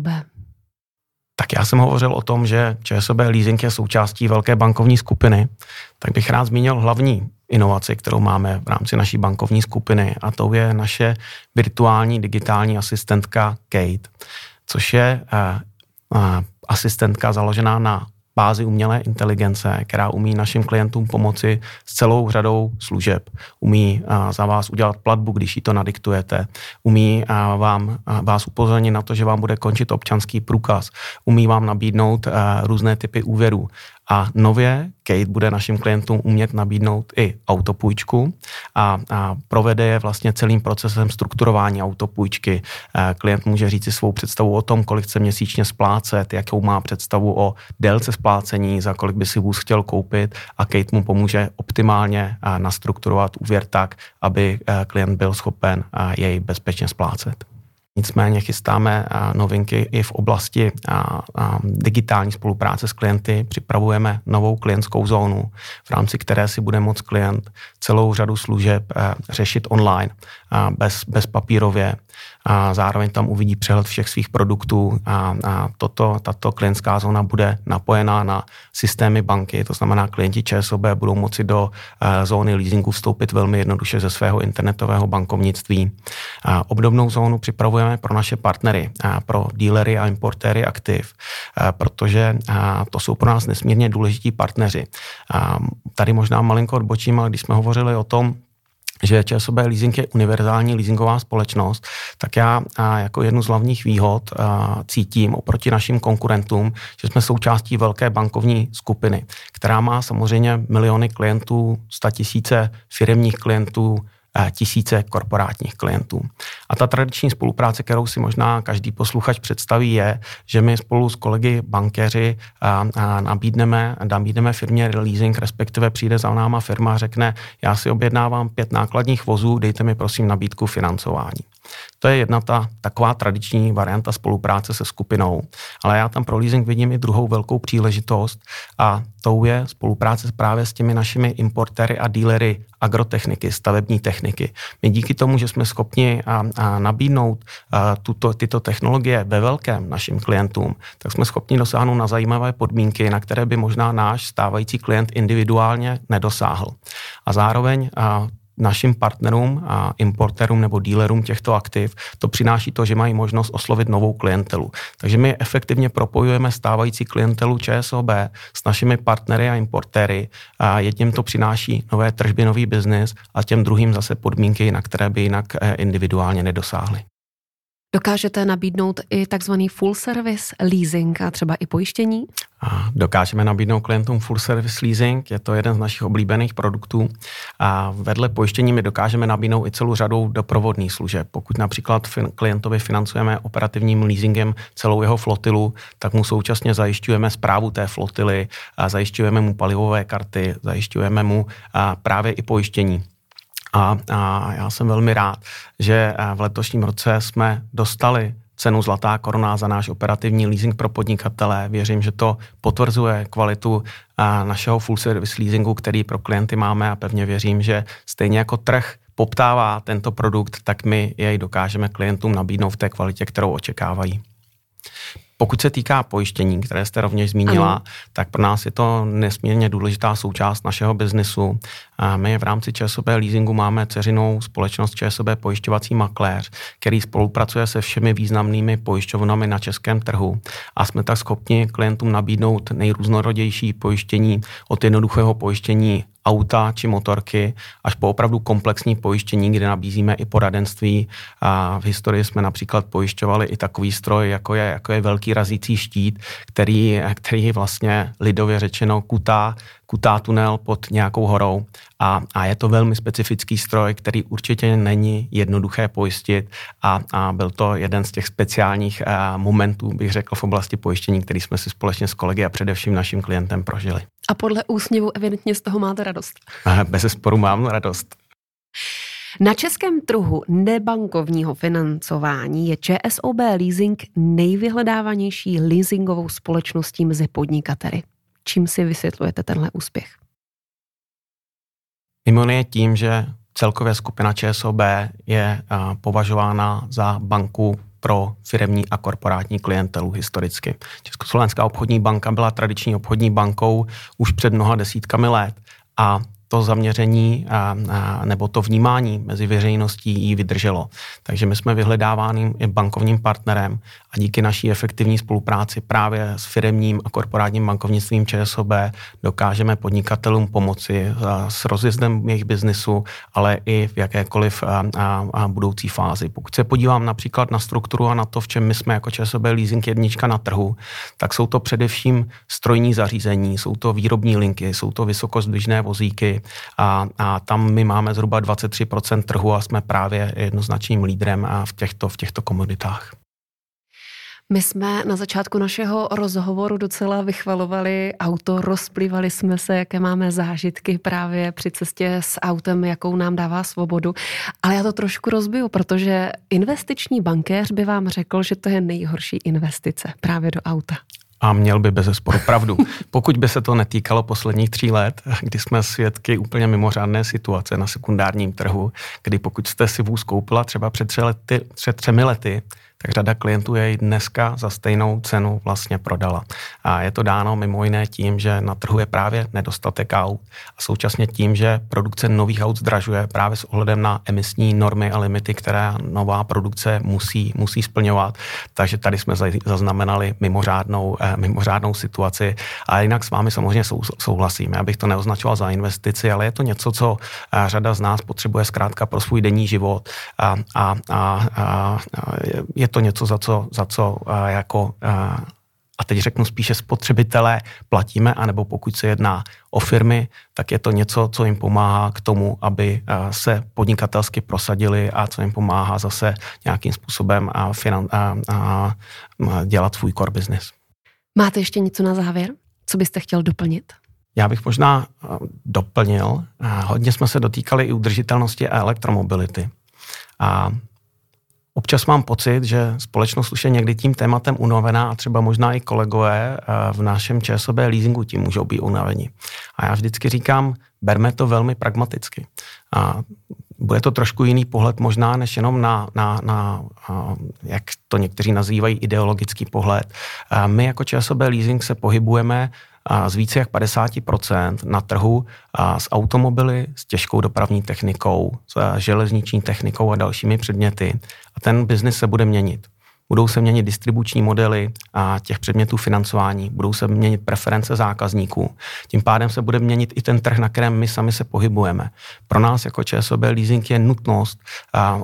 Tak já jsem hovořil o tom, že ČSOB Leasing je součástí velké bankovní skupiny, tak bych rád zmínil hlavní inovaci, kterou máme v rámci naší bankovní skupiny, a to je naše virtuální digitální asistentka Kate, což je uh, uh, asistentka založená na bázi umělé inteligence, která umí našim klientům pomoci s celou řadou služeb. Umí uh, za vás udělat platbu, když jí to nadiktujete. Umí uh, vám, uh, vás upozornit na to, že vám bude končit občanský průkaz. Umí vám nabídnout uh, různé typy úvěrů. A nově Kate bude našim klientům umět nabídnout i autopůjčku a, a provede je vlastně celým procesem strukturování autopůjčky. Klient může říct si svou představu o tom, kolik chce měsíčně splácet, jakou má představu o délce splácení, za kolik by si vůz chtěl koupit, a Kate mu pomůže optimálně nastrukturovat úvěr tak, aby klient byl schopen jej bezpečně splácet. Nicméně chystáme novinky i v oblasti digitální spolupráce s klienty. Připravujeme novou klientskou zónu, v rámci které si bude moct klient celou řadu služeb řešit online, bez, bez papírově. A zároveň tam uvidí přehled všech svých produktů a, a toto, tato klientská zóna bude napojená na systémy banky, to znamená klienti ČSOB budou moci do uh, zóny leasingu vstoupit velmi jednoduše ze svého internetového bankovnictví. A obdobnou zónu připravujeme pro naše partnery, a pro dílery a importéry aktiv, a protože a to jsou pro nás nesmírně důležití partneři. A tady možná malinko odbočím, ale když jsme hovořili o tom, že ČSOB Leasing je univerzální leasingová společnost, tak já jako jednu z hlavních výhod cítím oproti našim konkurentům, že jsme součástí velké bankovní skupiny, která má samozřejmě miliony klientů, statisíce firemních klientů, tisíce korporátních klientů. A ta tradiční spolupráce, kterou si možná každý posluchač představí, je, že my spolu s kolegy bankéři a, a nabídneme, nabídneme firmě leasing, respektive přijde za náma firma a řekne, já si objednávám pět nákladních vozů, dejte mi prosím nabídku financování. To je jedna ta taková tradiční varianta spolupráce se skupinou, ale já tam pro leasing vidím i druhou velkou příležitost a tou je spolupráce právě s těmi našimi importéry a dílery agrotechniky, stavební techniky. My díky tomu, že jsme schopni a, a nabídnout a, tuto, tyto technologie ve velkém našim klientům, tak jsme schopni dosáhnout na zajímavé podmínky, na které by možná náš stávající klient individuálně nedosáhl. A zároveň a, našim partnerům a importérům nebo dílerům těchto aktiv to přináší to, že mají možnost oslovit novou klientelu. Takže my efektivně propojujeme stávající klientelu ČSOB s našimi partnery a importéry a jedním to přináší nové tržby, nový biznis a těm druhým zase podmínky, na které by jinak individuálně nedosáhli. Dokážete nabídnout i takzvaný full service leasing a třeba i pojištění? A dokážeme nabídnout klientům full service leasing, je to jeden z našich oblíbených produktů. A vedle pojištění my dokážeme nabídnout i celou řadu doprovodných služeb. Pokud například fin- klientovi financujeme operativním leasingem celou jeho flotilu, tak mu současně zajišťujeme správu té flotily, a zajišťujeme mu palivové karty, zajišťujeme mu a právě i pojištění. A, a já jsem velmi rád, že v letošním roce jsme dostali cenu Zlatá koruna za náš operativní leasing pro podnikatele. Věřím, že to potvrzuje kvalitu našeho full service leasingu, který pro klienty máme a pevně věřím, že stejně jako trh poptává tento produkt, tak my jej dokážeme klientům nabídnout v té kvalitě, kterou očekávají. Pokud se týká pojištění, které jste rovněž zmínila, ano. tak pro nás je to nesmírně důležitá součást našeho biznisu. A my v rámci ČSOB leasingu máme dceřinou společnost ČSOB pojišťovací makléř, který spolupracuje se všemi významnými pojišťovnami na českém trhu a jsme tak schopni klientům nabídnout nejrůznorodější pojištění od jednoduchého pojištění auta či motorky, až po opravdu komplexní pojištění, kde nabízíme i poradenství. A v historii jsme například pojišťovali i takový stroj, jako je, jako je velký razící štít, který, který vlastně lidově řečeno kutá, kutá tunel pod nějakou horou. A, a je to velmi specifický stroj, který určitě není jednoduché pojistit a, a byl to jeden z těch speciálních a, momentů, bych řekl, v oblasti pojištění, který jsme si společně s kolegy a především naším klientem prožili. A podle úsměvu evidentně z toho máte radost. Bezesporu mám radost. Na českém trhu nebankovního financování je ČSOB Leasing nejvyhledávanější leasingovou společností mezi podnikateli. Čím si vysvětlujete tenhle úspěch? Mimo jiné tím, že celkově skupina ČSOB je považována za banku pro firemní a korporátní klientelu historicky. Československá obchodní banka byla tradiční obchodní bankou už před mnoha desítkami let a to zaměření a, a, nebo to vnímání mezi veřejností jí vydrželo. Takže my jsme vyhledáváným i bankovním partnerem a díky naší efektivní spolupráci právě s firemním a korporátním bankovnictvím ČSOB dokážeme podnikatelům pomoci a, s rozjezdem jejich biznisu, ale i v jakékoliv a, a, a budoucí fázi. Pokud se podívám například na strukturu a na to, v čem my jsme jako ČSOB Leasing jednička na trhu, tak jsou to především strojní zařízení, jsou to výrobní linky, jsou to vysokozdvižné vozíky, A, a tam my máme zhruba dvacet tři procent trhu a jsme právě jednoznačným lídrem a v těchto, v těchto komoditách. My jsme na začátku našeho rozhovoru docela vychvalovali auto, rozplývali jsme se, jaké máme zážitky právě při cestě s autem, jakou nám dává svobodu. Ale já to trošku rozbiju, protože investiční bankéř by vám řekl, že to je nejhorší investice právě do auta. A měl by bezesporu pravdu. Pokud by se to netýkalo posledních tří let, kdy jsme svědky úplně mimořádné situace na sekundárním trhu, kdy pokud jste si vůz koupila třeba před, tři lety, před třemi lety, tak řada klientů jej dneska za stejnou cenu vlastně prodala. A je to dáno mimo jiné tím, že na trhu je právě nedostatek aut a současně tím, že produkce nových aut zdražuje právě s ohledem na emisní normy a limity, které nová produkce musí, musí splňovat. Takže tady jsme zaznamenali mimořádnou, eh, mimořádnou situaci a jinak s vámi samozřejmě sou, souhlasím. Já bych to neoznačoval za investici, ale je to něco, co eh, řada z nás potřebuje zkrátka pro svůj denní život a, a, a, a je Je to něco, za co, za co a jako, a, a teď řeknu spíše spotřebitelé platíme, anebo pokud se jedná o firmy, tak je to něco, co jim pomáhá k tomu, aby se podnikatelsky prosadili a co jim pomáhá zase nějakým způsobem a finan, a, a, a dělat svůj core business. Máte ještě něco na závěr? Co byste chtěl doplnit? Já bych možná doplnil. Hodně jsme se dotýkali i udržitelnosti a elektromobility. A občas mám pocit, že společnost už je někdy tím tématem unavená a třeba možná i kolegové v našem ČSOB leasingu tím můžou být unavení. A já vždycky říkám, berme to velmi pragmaticky. A bude to trošku jiný pohled možná, než jenom na, na, na jak to někteří nazývají, ideologický pohled. A my jako ČSOB leasing se pohybujeme z více jak padesát procent na trhu s automobily, s těžkou dopravní technikou, s železniční technikou a dalšími předměty. A ten biznis se bude měnit. Budou se měnit distribuční modely a těch předmětů financování, budou se měnit preference zákazníků. Tím pádem se bude měnit i ten trh, na kterém my sami se pohybujeme. Pro nás jako ČSOB leasing je nutnost a,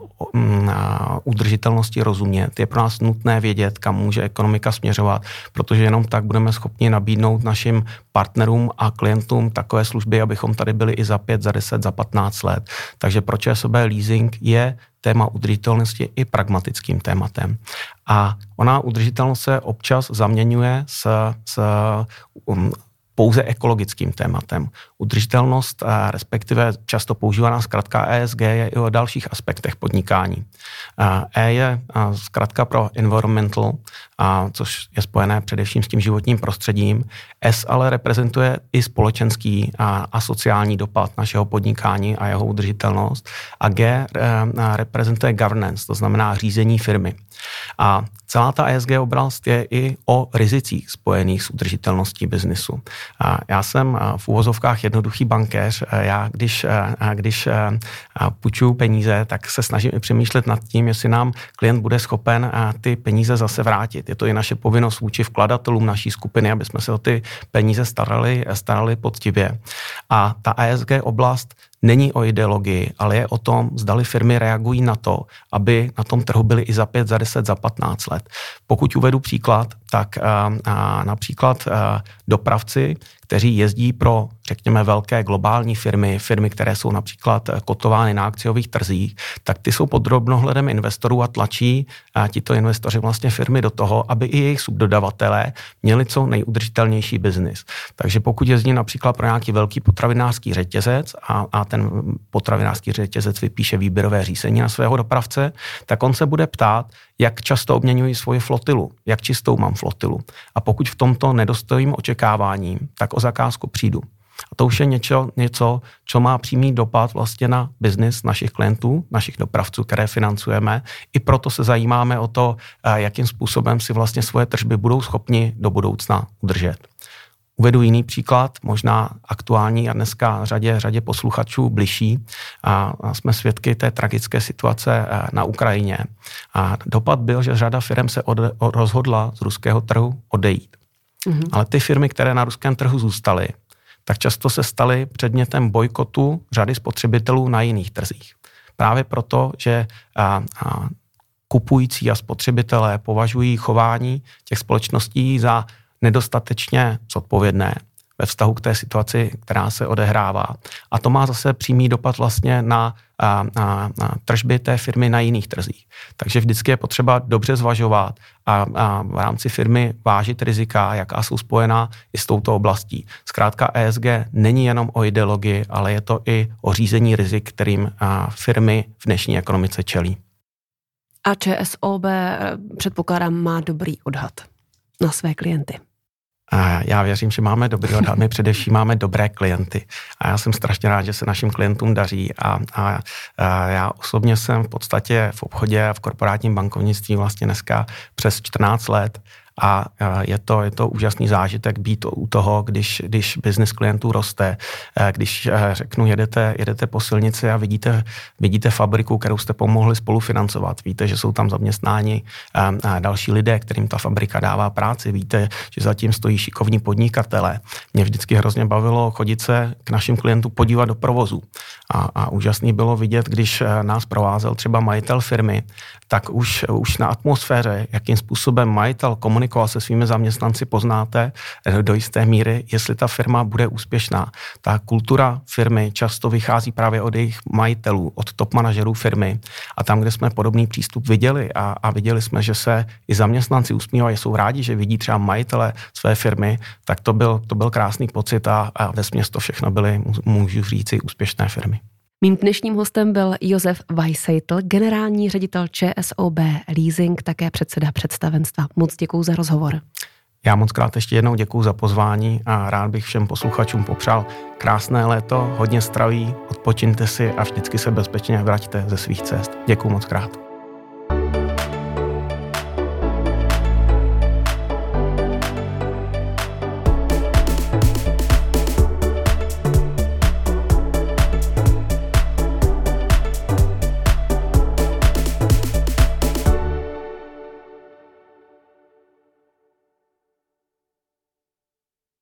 a udržitelnosti rozumět. Je pro nás nutné vědět, kam může ekonomika směřovat, protože jenom tak budeme schopni nabídnout našim partnerům a klientům takové služby, abychom tady byli i za pět, za deset, za patnáct let. Takže pro ČSOB leasing je téma udržitelnosti i pragmatickým tématem. A ona udržitelnost se občas zaměňuje s, s um, pouze ekologickým tématem. Udržitelnost, respektive často používaná zkratka E S G, je i o dalších aspektech podnikání. E je zkratka pro environmental, což je spojené především s tím životním prostředím. S ale reprezentuje i společenský a sociální dopad našeho podnikání a jeho udržitelnost. A G reprezentuje governance, to znamená řízení firmy. A celá ta E S G oblast je i o rizicích spojených s udržitelností biznisu. A já jsem v uvozovkách jednoduchý bankéř. Já, když, když půjčuju peníze, tak se snažím i přemýšlet nad tím, jestli nám klient bude schopen ty peníze zase vrátit. Je to i naše povinnost vůči vkladatelům naší skupiny, aby jsme se o ty peníze starali, starali poctivě. A ta E S G oblast není o ideologii, ale je o tom, zdali firmy reagují na to, aby na tom trhu byly i za pět, za deset, za patnáct let. Pokud uvedu příklad, tak a, a například a, dopravci, kteří jezdí pro, řekněme, velké globální firmy, firmy, které jsou například kotovány na akciových trzích, tak ty jsou pod drobnohledem investorů a tlačí a tito investoři vlastně firmy do toho, aby i jejich subdodavatelé měli co nejudržitelnější biznis. Takže pokud jezdí například pro nějaký velký potravinářský řetězec a, a ten potravinářský řetězec vypíše výběrové řízení na svého dopravce, tak on se bude ptát, jak často obměňují svoji flotilu, jak čistou mám flotilu. A pokud v tomto nedostojím očekáváním, tak o zakázku přijdu. A to už je něco, něco, co má přímý dopad vlastně na biznis našich klientů, našich dopravců, které financujeme. I proto se zajímáme o to, jakým způsobem si vlastně svoje tržby budou schopni do budoucna udržet. Uvedu jiný příklad, možná aktuální a dneska řadě, řadě posluchačů bližší. A jsme svědky té tragické situace na Ukrajině. A dopad byl, že řada firm se od, rozhodla z ruského trhu odejít. Mm-hmm. Ale ty firmy, které na ruském trhu zůstaly, tak často se staly předmětem bojkotu řady spotřebitelů na jiných trzích. Právě proto, že a, a, kupující a spotřebitelé považují chování těch společností za nedostatečně zodpovědné ve vztahu k té situaci, která se odehrává. A to má zase přímý dopad vlastně na, na, na tržby té firmy na jiných trzích. Takže vždycky je potřeba dobře zvažovat a, a v rámci firmy vážit rizika, jaká jsou spojená i s touto oblastí. Zkrátka E S G není jenom o ideologii, ale je to i o řízení rizik, kterým firmy v dnešní ekonomice čelí. A ČSOB, předpokládám, má dobrý odhad na své klienty. Já věřím, že máme dobrý odhad. My především máme dobré klienty. A já jsem strašně rád, že se našim klientům daří. A, a, a já osobně jsem v podstatě v obchodě a v korporátním bankovnictví vlastně dneska přes čtrnáct let. A je to, je to úžasný zážitek být u toho, když, když biznis klientů roste, když řeknu, jedete, jedete po silnici a vidíte, vidíte fabriku, kterou jste pomohli spolufinancovat. Víte, že jsou tam zaměstnáni další lidé, kterým ta fabrika dává práci. Víte, že zatím stojí šikovní podnikatelé. Mě vždycky hrozně bavilo chodit se k našim klientům podívat do provozu. A, a úžasný bylo vidět, když nás provázel třeba majitel firmy, tak už, už na atmosféře, jakým způsobem majitel komunikoval se svými zaměstnanci, poznáte do jisté míry, jestli ta firma bude úspěšná. Ta kultura firmy často vychází právě od jejich majitelů, od top manažerů firmy. A tam, kde jsme podobný přístup viděli a, a viděli jsme, že se i zaměstnanci usmívají, jsou rádi, že vidí třeba majitele své firmy, tak to byl, to byl krásný pocit a, a vesměs to všechno byly, můžu říci, úspěšné firmy. Mým dnešním hostem byl Josef Weisseitl, generální ředitel ČSOB Leasing, také předseda představenstva. Moc děkuju za rozhovor. Já moc krát ještě jednou děkuju za pozvání a rád bych všem posluchačům popřál krásné léto, hodně zdraví, odpočiňte si a vždycky se bezpečně vraťte ze svých cest. Děkuju moc krát.